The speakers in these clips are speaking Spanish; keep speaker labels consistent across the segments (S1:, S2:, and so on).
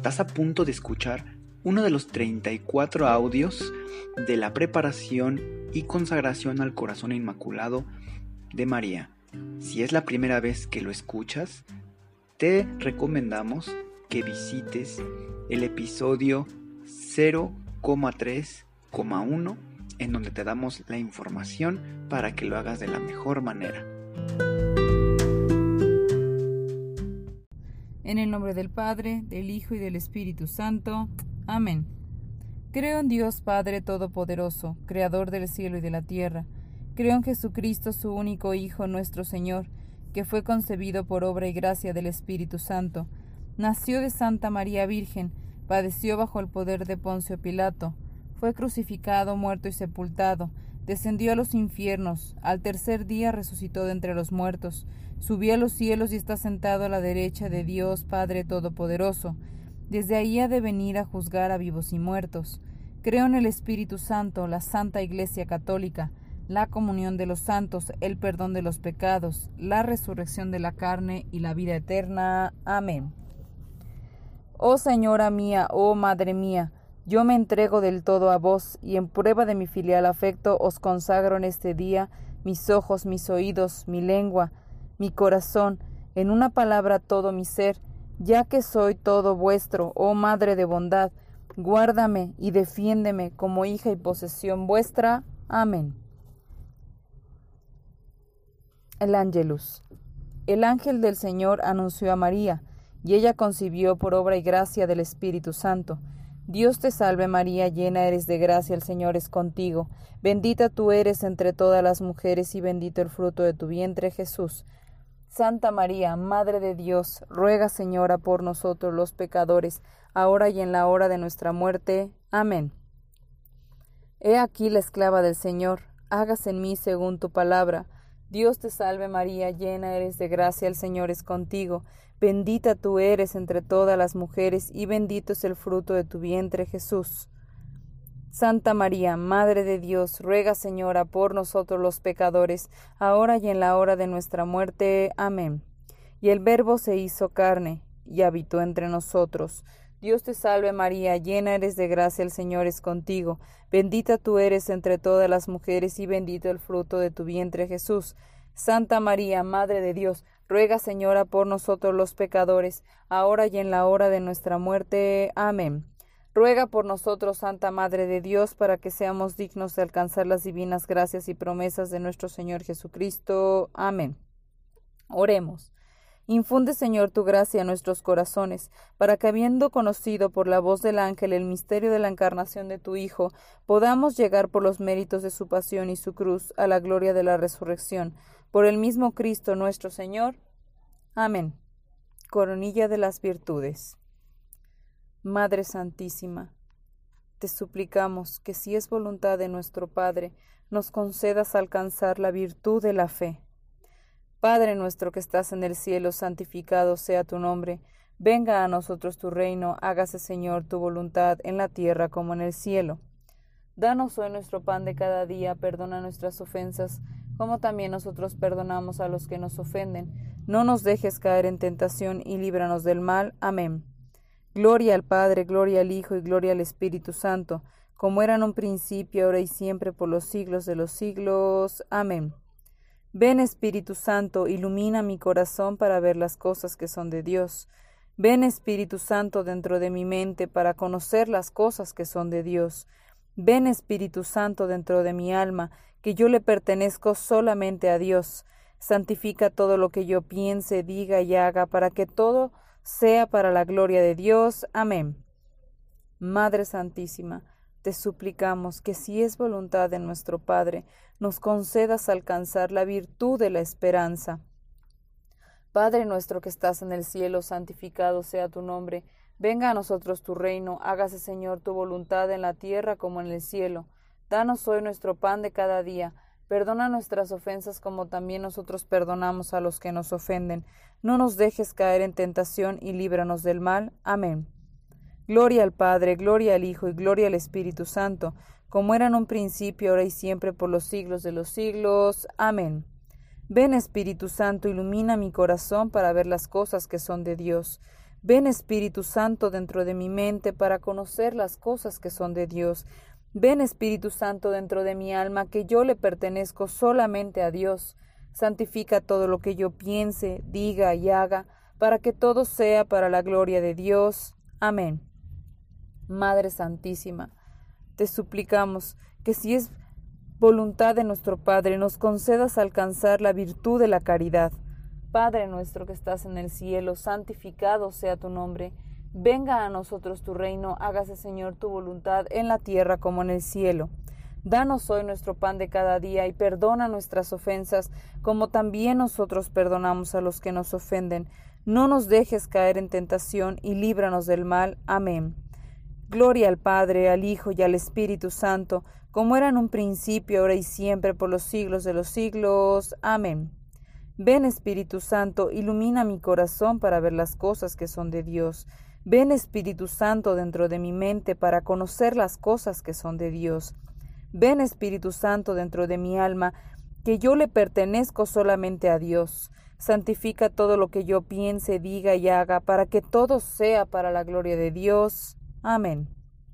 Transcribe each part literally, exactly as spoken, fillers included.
S1: Estás a punto de escuchar uno de los treinta y cuatro audios de la preparación y consagración al Corazón Inmaculado de María. Si es la primera vez que lo escuchas, te recomendamos que visites el episodio cero coma tres coma uno, en donde te damos la información para que lo hagas de la mejor manera.
S2: En el nombre del Padre, del Hijo y del Espíritu Santo. Amén. Creo en Dios Padre Todopoderoso, Creador del cielo y de la tierra. Creo en Jesucristo, su único Hijo, nuestro Señor, que fue concebido por obra y gracia del Espíritu Santo. Nació de Santa María Virgen, padeció bajo el poder de Poncio Pilato, fue crucificado, muerto y sepultado, descendió a los infiernos, al tercer día resucitó de entre los muertos, subió a los cielos y está sentado a la derecha de Dios Padre Todopoderoso. Desde ahí ha de venir a juzgar a vivos y muertos. Creo en el Espíritu Santo, la Santa Iglesia Católica, la comunión de los santos, el perdón de los pecados, la resurrección de la carne y la vida eterna. Amén. Oh Señora mía, oh Madre mía, yo me entrego del todo a vos, y en prueba de mi filial afecto os consagro en este día mis ojos, mis oídos, mi lengua, mi corazón, en una palabra todo mi ser, ya que soy todo vuestro, oh Madre de bondad, guárdame y defiéndeme como hija y posesión vuestra. Amén. El Ángelus. El ángel del Señor anunció a María, y ella concibió por obra y gracia del Espíritu Santo. Dios te salve María, llena eres de gracia, el Señor es contigo. Bendita tú eres entre todas las mujeres, y bendito el fruto de tu vientre, Jesús. Santa María, Madre de Dios, ruega, Señora, por nosotros los pecadores, ahora y en la hora de nuestra muerte. Amén. He aquí la esclava del Señor, hágase en mí según tu palabra. Dios te salve María, llena eres de gracia, el Señor es contigo. Bendita tú eres entre todas las mujeres, y bendito es el fruto de tu vientre, Jesús. Santa María, Madre de Dios, ruega, Señora, por nosotros los pecadores, ahora y en la hora de nuestra muerte. Amén. Y el Verbo se hizo carne, y habitó entre nosotros. Dios te salve María, llena eres de gracia, el Señor es contigo. Bendita tú eres entre todas las mujeres, y bendito el fruto de tu vientre, Jesús. Santa María, Madre de Dios, ruega, Señora, por nosotros los pecadores, ahora y en la hora de nuestra muerte. Amén. Ruega por nosotros, Santa Madre de Dios, para que seamos dignos de alcanzar las divinas gracias y promesas de nuestro Señor Jesucristo. Amén. Oremos. Infunde, Señor, tu gracia a nuestros corazones, para que, habiendo conocido por la voz del ángel el misterio de la encarnación de tu Hijo, podamos llegar por los méritos de su pasión y su cruz a la gloria de la resurrección. Por el mismo Cristo nuestro Señor. Amén. Coronilla de las virtudes. Madre Santísima, te suplicamos que, si es voluntad de nuestro Padre, nos concedas alcanzar la virtud de la fe. Padre nuestro que estás en el cielo, santificado sea tu nombre. Venga a nosotros tu reino, hágase, Señor, tu voluntad en la tierra como en el cielo. Danos hoy nuestro pan de cada día, perdona nuestras ofensas, como también nosotros perdonamos a los que nos ofenden. No nos dejes caer en tentación y líbranos del mal. Amén. Gloria al Padre, gloria al Hijo y gloria al Espíritu Santo, como era en un principio, ahora y siempre, por los siglos de los siglos. Amén. Ven, Espíritu Santo, ilumina mi corazón para ver las cosas que son de Dios. Ven, Espíritu Santo, dentro de mi mente para conocer las cosas que son de Dios. Ven, Espíritu Santo, dentro de mi alma, que yo le pertenezco solamente a Dios. Santifica todo lo que yo piense, diga y haga, para que todo sea para la gloria de Dios. Amén. Madre Santísima, te suplicamos que, si es voluntad de nuestro Padre, nos concedas alcanzar la virtud de la esperanza. Padre nuestro que estás en el cielo, santificado sea tu nombre. Venga a nosotros tu reino, hágase, Señor, tu voluntad en la tierra como en el cielo. Danos hoy nuestro pan de cada día. Perdona nuestras ofensas como también nosotros perdonamos a los que nos ofenden. No nos dejes caer en tentación y líbranos del mal. Amén. Gloria al Padre, gloria al Hijo y gloria al Espíritu Santo, como era en un principio, ahora y siempre, por los siglos de los siglos. Amén. Ven, Espíritu Santo, ilumina mi corazón para ver las cosas que son de Dios. Ven Espíritu Santo dentro de mi mente para conocer las cosas que son de Dios. Ven Espíritu Santo dentro de mi alma, que yo le pertenezco solamente a Dios. Santifica todo lo que yo piense, diga y haga, para que todo sea para la gloria de Dios. Amén. Madre Santísima, te suplicamos que si es voluntad de nuestro Padre, nos concedas alcanzar la virtud de la caridad. Padre nuestro que estás en el cielo, santificado sea tu nombre. Venga a nosotros tu reino, hágase Señor tu voluntad en la tierra como en el cielo. Danos hoy nuestro pan de cada día y perdona nuestras ofensas, como también nosotros perdonamos a los que nos ofenden. No nos dejes caer en tentación y líbranos del mal. Amén. Gloria al Padre, al Hijo y al Espíritu Santo, como era en un principio, ahora y siempre, por los siglos de los siglos. Amén. Ven Espíritu Santo, ilumina mi corazón para ver las cosas que son de Dios. Ven Espíritu Santo dentro de mi mente para conocer las cosas que son de Dios. Ven Espíritu Santo dentro de mi alma, que yo le pertenezco solamente a Dios. Santifica todo lo que yo piense, diga y haga, para que todo sea para la gloria de Dios. Amén.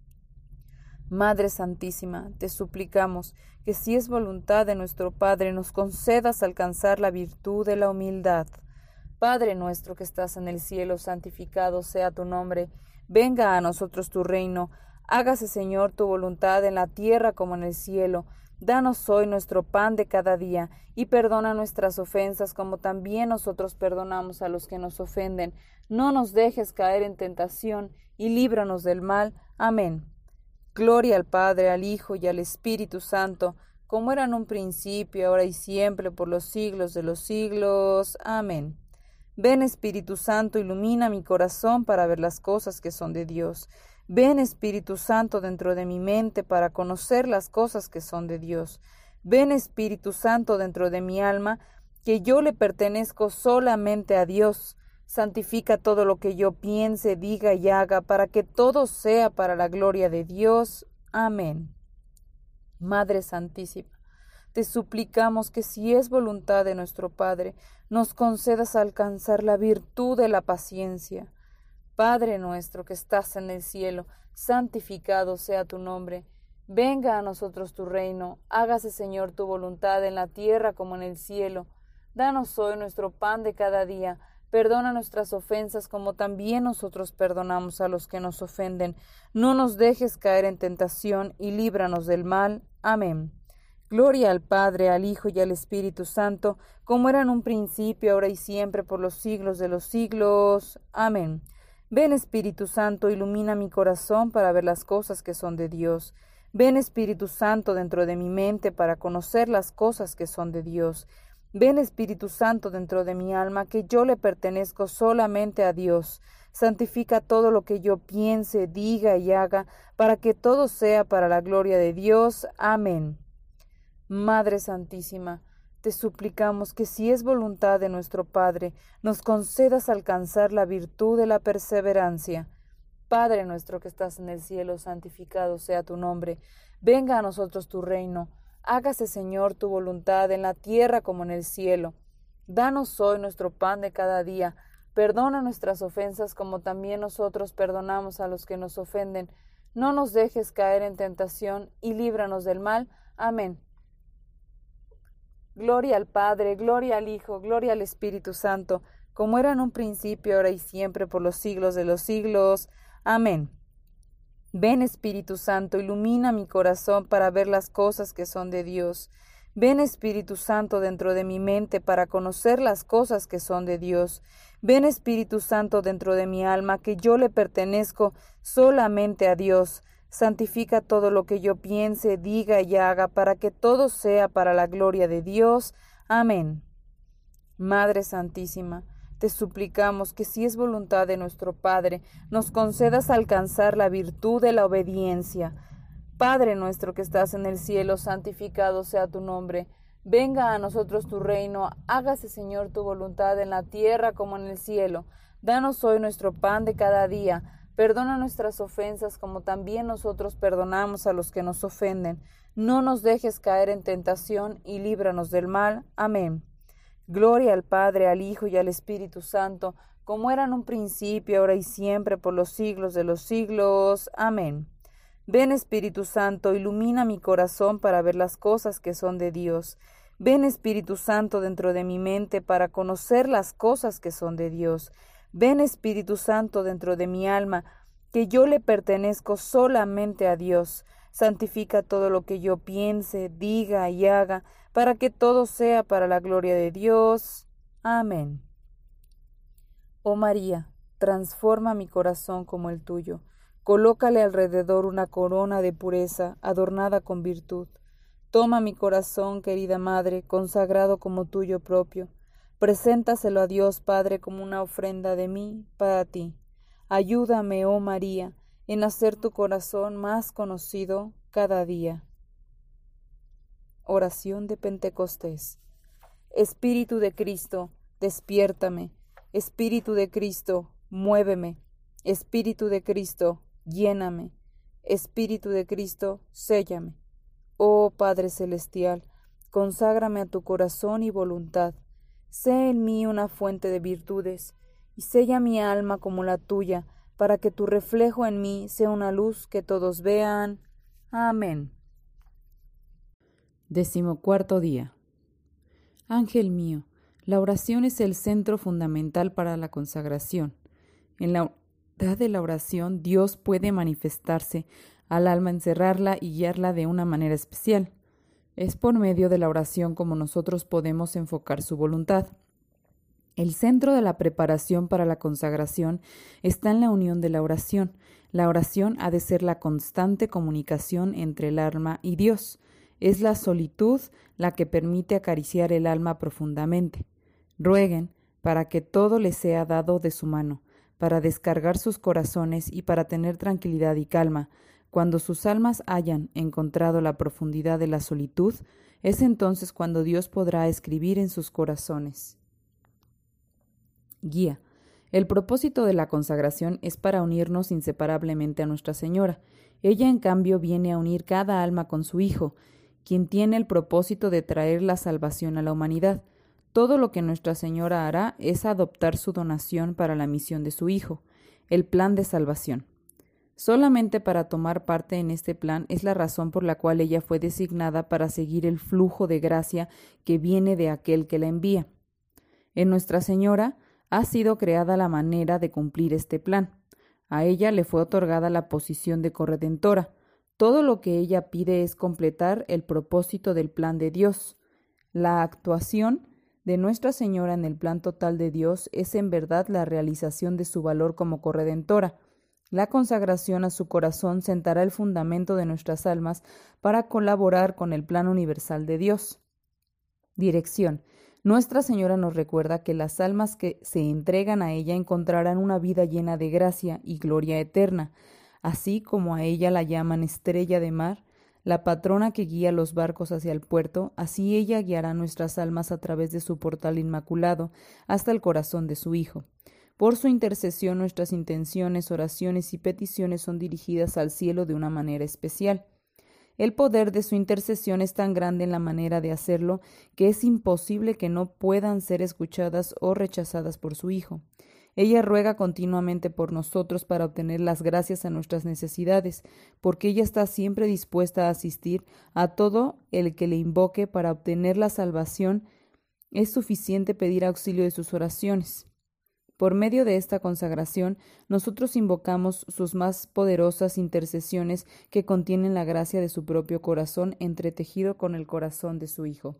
S2: Madre Santísima, te suplicamos que si es voluntad de nuestro Padre, nos concedas alcanzar la virtud de la humildad. Padre nuestro que estás en el cielo, santificado sea tu nombre. Venga a nosotros tu reino. Hágase, Señor, tu voluntad en la tierra como en el cielo. Danos hoy nuestro pan de cada día, y perdona nuestras ofensas como también nosotros perdonamos a los que nos ofenden. No nos dejes caer en tentación, y líbranos del mal. Amén. Gloria al Padre, al Hijo y al Espíritu Santo, como era en un principio, ahora y siempre, por los siglos de los siglos. Amén. Ven Espíritu Santo, ilumina mi corazón para ver las cosas que son de Dios. Ven Espíritu Santo dentro de mi mente para conocer las cosas que son de Dios. Ven Espíritu Santo dentro de mi alma, que yo le pertenezco solamente a Dios. Santifica todo lo que yo piense, diga y haga, para que todo sea para la gloria de Dios. Amén. Madre Santísima, te suplicamos que si es voluntad de nuestro Padre, nos concedas alcanzar la virtud de la paciencia. Padre nuestro que estás en el cielo, santificado sea tu nombre. Venga a nosotros tu reino, hágase Señor tu voluntad en la tierra como en el cielo. Danos hoy nuestro pan de cada día. Perdona nuestras ofensas como también nosotros perdonamos a los que nos ofenden. No nos dejes caer en tentación y líbranos del mal. Amén. Gloria al Padre, al Hijo y al Espíritu Santo, como era en un principio, ahora y siempre, por los siglos de los siglos. Amén. Ven Espíritu Santo, ilumina mi corazón para ver las cosas que son de Dios. Ven Espíritu Santo dentro de mi mente para conocer las cosas que son de Dios. Ven Espíritu Santo dentro de mi alma, que yo le pertenezco solamente a Dios. Santifica todo lo que yo piense, diga y haga, para que todo sea para la gloria de Dios. Amén. Madre Santísima, te suplicamos que si es voluntad de nuestro Padre, nos concedas alcanzar la virtud de la perseverancia. Padre nuestro que estás en el cielo, santificado sea tu nombre. Venga a nosotros tu reino. Hágase, Señor, tu voluntad en la tierra como en el cielo. Danos hoy nuestro pan de cada día. Perdona nuestras ofensas como también nosotros perdonamos a los que nos ofenden. No nos dejes caer en tentación y líbranos del mal. Amén. Gloria al Padre, gloria al Hijo, gloria al Espíritu Santo, como era en un principio, ahora y siempre, por los siglos de los siglos. Amén. Ven Espíritu Santo, ilumina mi corazón para ver las cosas que son de Dios. Ven Espíritu Santo dentro de mi mente para conocer las cosas que son de Dios. Ven Espíritu Santo dentro de mi alma, que yo le pertenezco solamente a Dios. Santifica todo lo que yo piense, diga y haga, para que todo sea para la gloria de Dios. Amén. Madre Santísima, te suplicamos que si es voluntad de nuestro Padre, nos concedas alcanzar la virtud de la obediencia. Padre nuestro que estás en el cielo, santificado sea tu nombre. Venga a nosotros tu reino, hágase Señor tu voluntad en la tierra como en el cielo. Danos hoy nuestro pan de cada día. Perdona nuestras ofensas como también nosotros perdonamos a los que nos ofenden. No nos dejes caer en tentación y líbranos del mal. Amén. Gloria al Padre, al Hijo y al Espíritu Santo, como era en un principio, ahora y siempre, por los siglos de los siglos. Amén. Ven, Espíritu Santo, ilumina mi corazón para ver las cosas que son de Dios. Ven, Espíritu Santo, dentro de mi mente para conocer las cosas que son de Dios. Ven, Espíritu Santo, dentro de mi alma, que yo le pertenezco solamente a Dios. Santifica todo lo que yo piense, diga y haga, para que todo sea para la gloria de Dios. Amén. Oh María, transforma mi corazón como el tuyo. Colócale alrededor una corona de pureza, adornada con virtud. Toma mi corazón, querida Madre, consagrado como tuyo propio. Preséntaselo a Dios Padre como una ofrenda de mí para ti. Ayúdame, oh María, en hacer tu corazón más conocido cada día. Oración de Pentecostés. Espíritu de Cristo, despiértame. Espíritu de Cristo, muéveme. Espíritu de Cristo, lléname. Espíritu de Cristo, séllame. Oh Padre Celestial, conságrame a tu corazón y voluntad. Sé en mí una fuente de virtudes, y sella mi alma como la tuya, para que tu reflejo en mí sea una luz que todos vean. Amén.
S3: Decimocuarto día. Ángel mío, la oración es el centro fundamental para la consagración. En la unidad de la oración, Dios puede manifestarse al alma, encerrarla y guiarla de una manera especial. Es por medio de la oración como nosotros podemos enfocar su voluntad. El centro de la preparación para la consagración está en la unión de la oración. La oración ha de ser la constante comunicación entre el alma y Dios. Es la solitud la que permite acariciar el alma profundamente. Rueguen para que todo les sea dado de su mano, para descargar sus corazones y para tener tranquilidad y calma. Cuando sus almas hayan encontrado la profundidad de la solitud, es entonces cuando Dios podrá escribir en sus corazones. Guía. El propósito de la consagración es para unirnos inseparablemente a Nuestra Señora. Ella, en cambio, viene a unir cada alma con su Hijo, quien tiene el propósito de traer la salvación a la humanidad. Todo lo que Nuestra Señora hará es adoptar su donación para la misión de su Hijo, el plan de salvación. Solamente para tomar parte en este plan es la razón por la cual ella fue designada para seguir el flujo de gracia que viene de aquel que la envía. En Nuestra Señora ha sido creada la manera de cumplir este plan. A ella le fue otorgada la posición de corredentora. Todo lo que ella pide es completar el propósito del plan de Dios. La actuación de Nuestra Señora en el plan total de Dios es en verdad la realización de su valor como corredentora. La consagración a su corazón sentará el fundamento de nuestras almas para colaborar con el plan universal de Dios. Dirección. Nuestra Señora nos recuerda que las almas que se entregan a ella encontrarán una vida llena de gracia y gloria eterna, así como a ella la llaman estrella de mar, la patrona que guía los barcos hacia el puerto, así ella guiará nuestras almas a través de su portal inmaculado hasta el corazón de su Hijo. Por su intercesión nuestras intenciones, oraciones y peticiones son dirigidas al cielo de una manera especial. El poder de su intercesión es tan grande en la manera de hacerlo que es imposible que no puedan ser escuchadas o rechazadas por su Hijo. Ella ruega continuamente por nosotros para obtener las gracias a nuestras necesidades, porque ella está siempre dispuesta a asistir a todo el que le invoque para obtener la salvación. Es suficiente pedir auxilio de sus oraciones. Por medio de esta consagración, nosotros invocamos sus más poderosas intercesiones que contienen la gracia de su propio corazón entretejido con el corazón de su Hijo.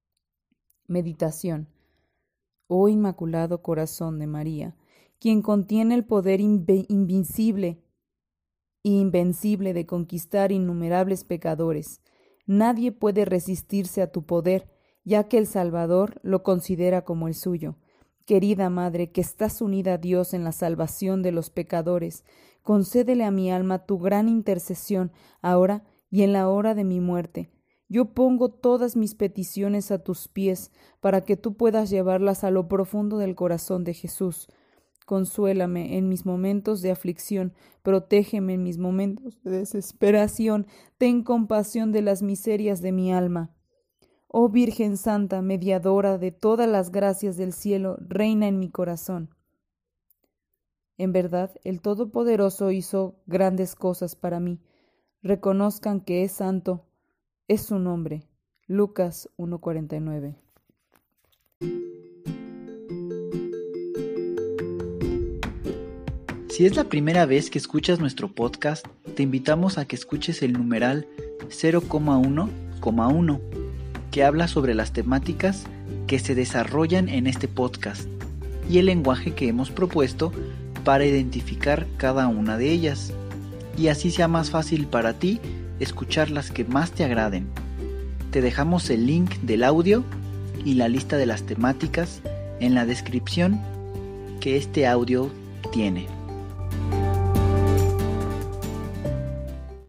S3: Meditación. Oh Inmaculado Corazón de María, quien contiene el poder inve- invincible e invencible de conquistar innumerables pecadores. Nadie puede resistirse a tu poder, ya que el Salvador lo considera como el suyo. Querida Madre, que estás unida a Dios en la salvación de los pecadores, concédele a mi alma tu gran intercesión ahora y en la hora de mi muerte. Yo pongo todas mis peticiones a tus pies para que tú puedas llevarlas a lo profundo del corazón de Jesús. Consuélame en mis momentos de aflicción, protégeme en mis momentos de desesperación, ten compasión de las miserias de mi alma. Oh Virgen Santa, mediadora de todas las gracias del cielo, reina en mi corazón. En verdad, el Todopoderoso hizo grandes cosas para mí. Reconozcan que es santo, es su nombre. Lucas uno cuarenta y nueve.
S1: Si es la primera vez que escuchas nuestro podcast, te invitamos a que escuches el numeral cero coma uno coma uno, que habla sobre las temáticas que se desarrollan en este podcast y el lenguaje que hemos propuesto para identificar cada una de ellas, y así sea más fácil para ti escuchar las que más te agraden. Te dejamos el link del audio y la lista de las temáticas en la descripción que este audio tiene.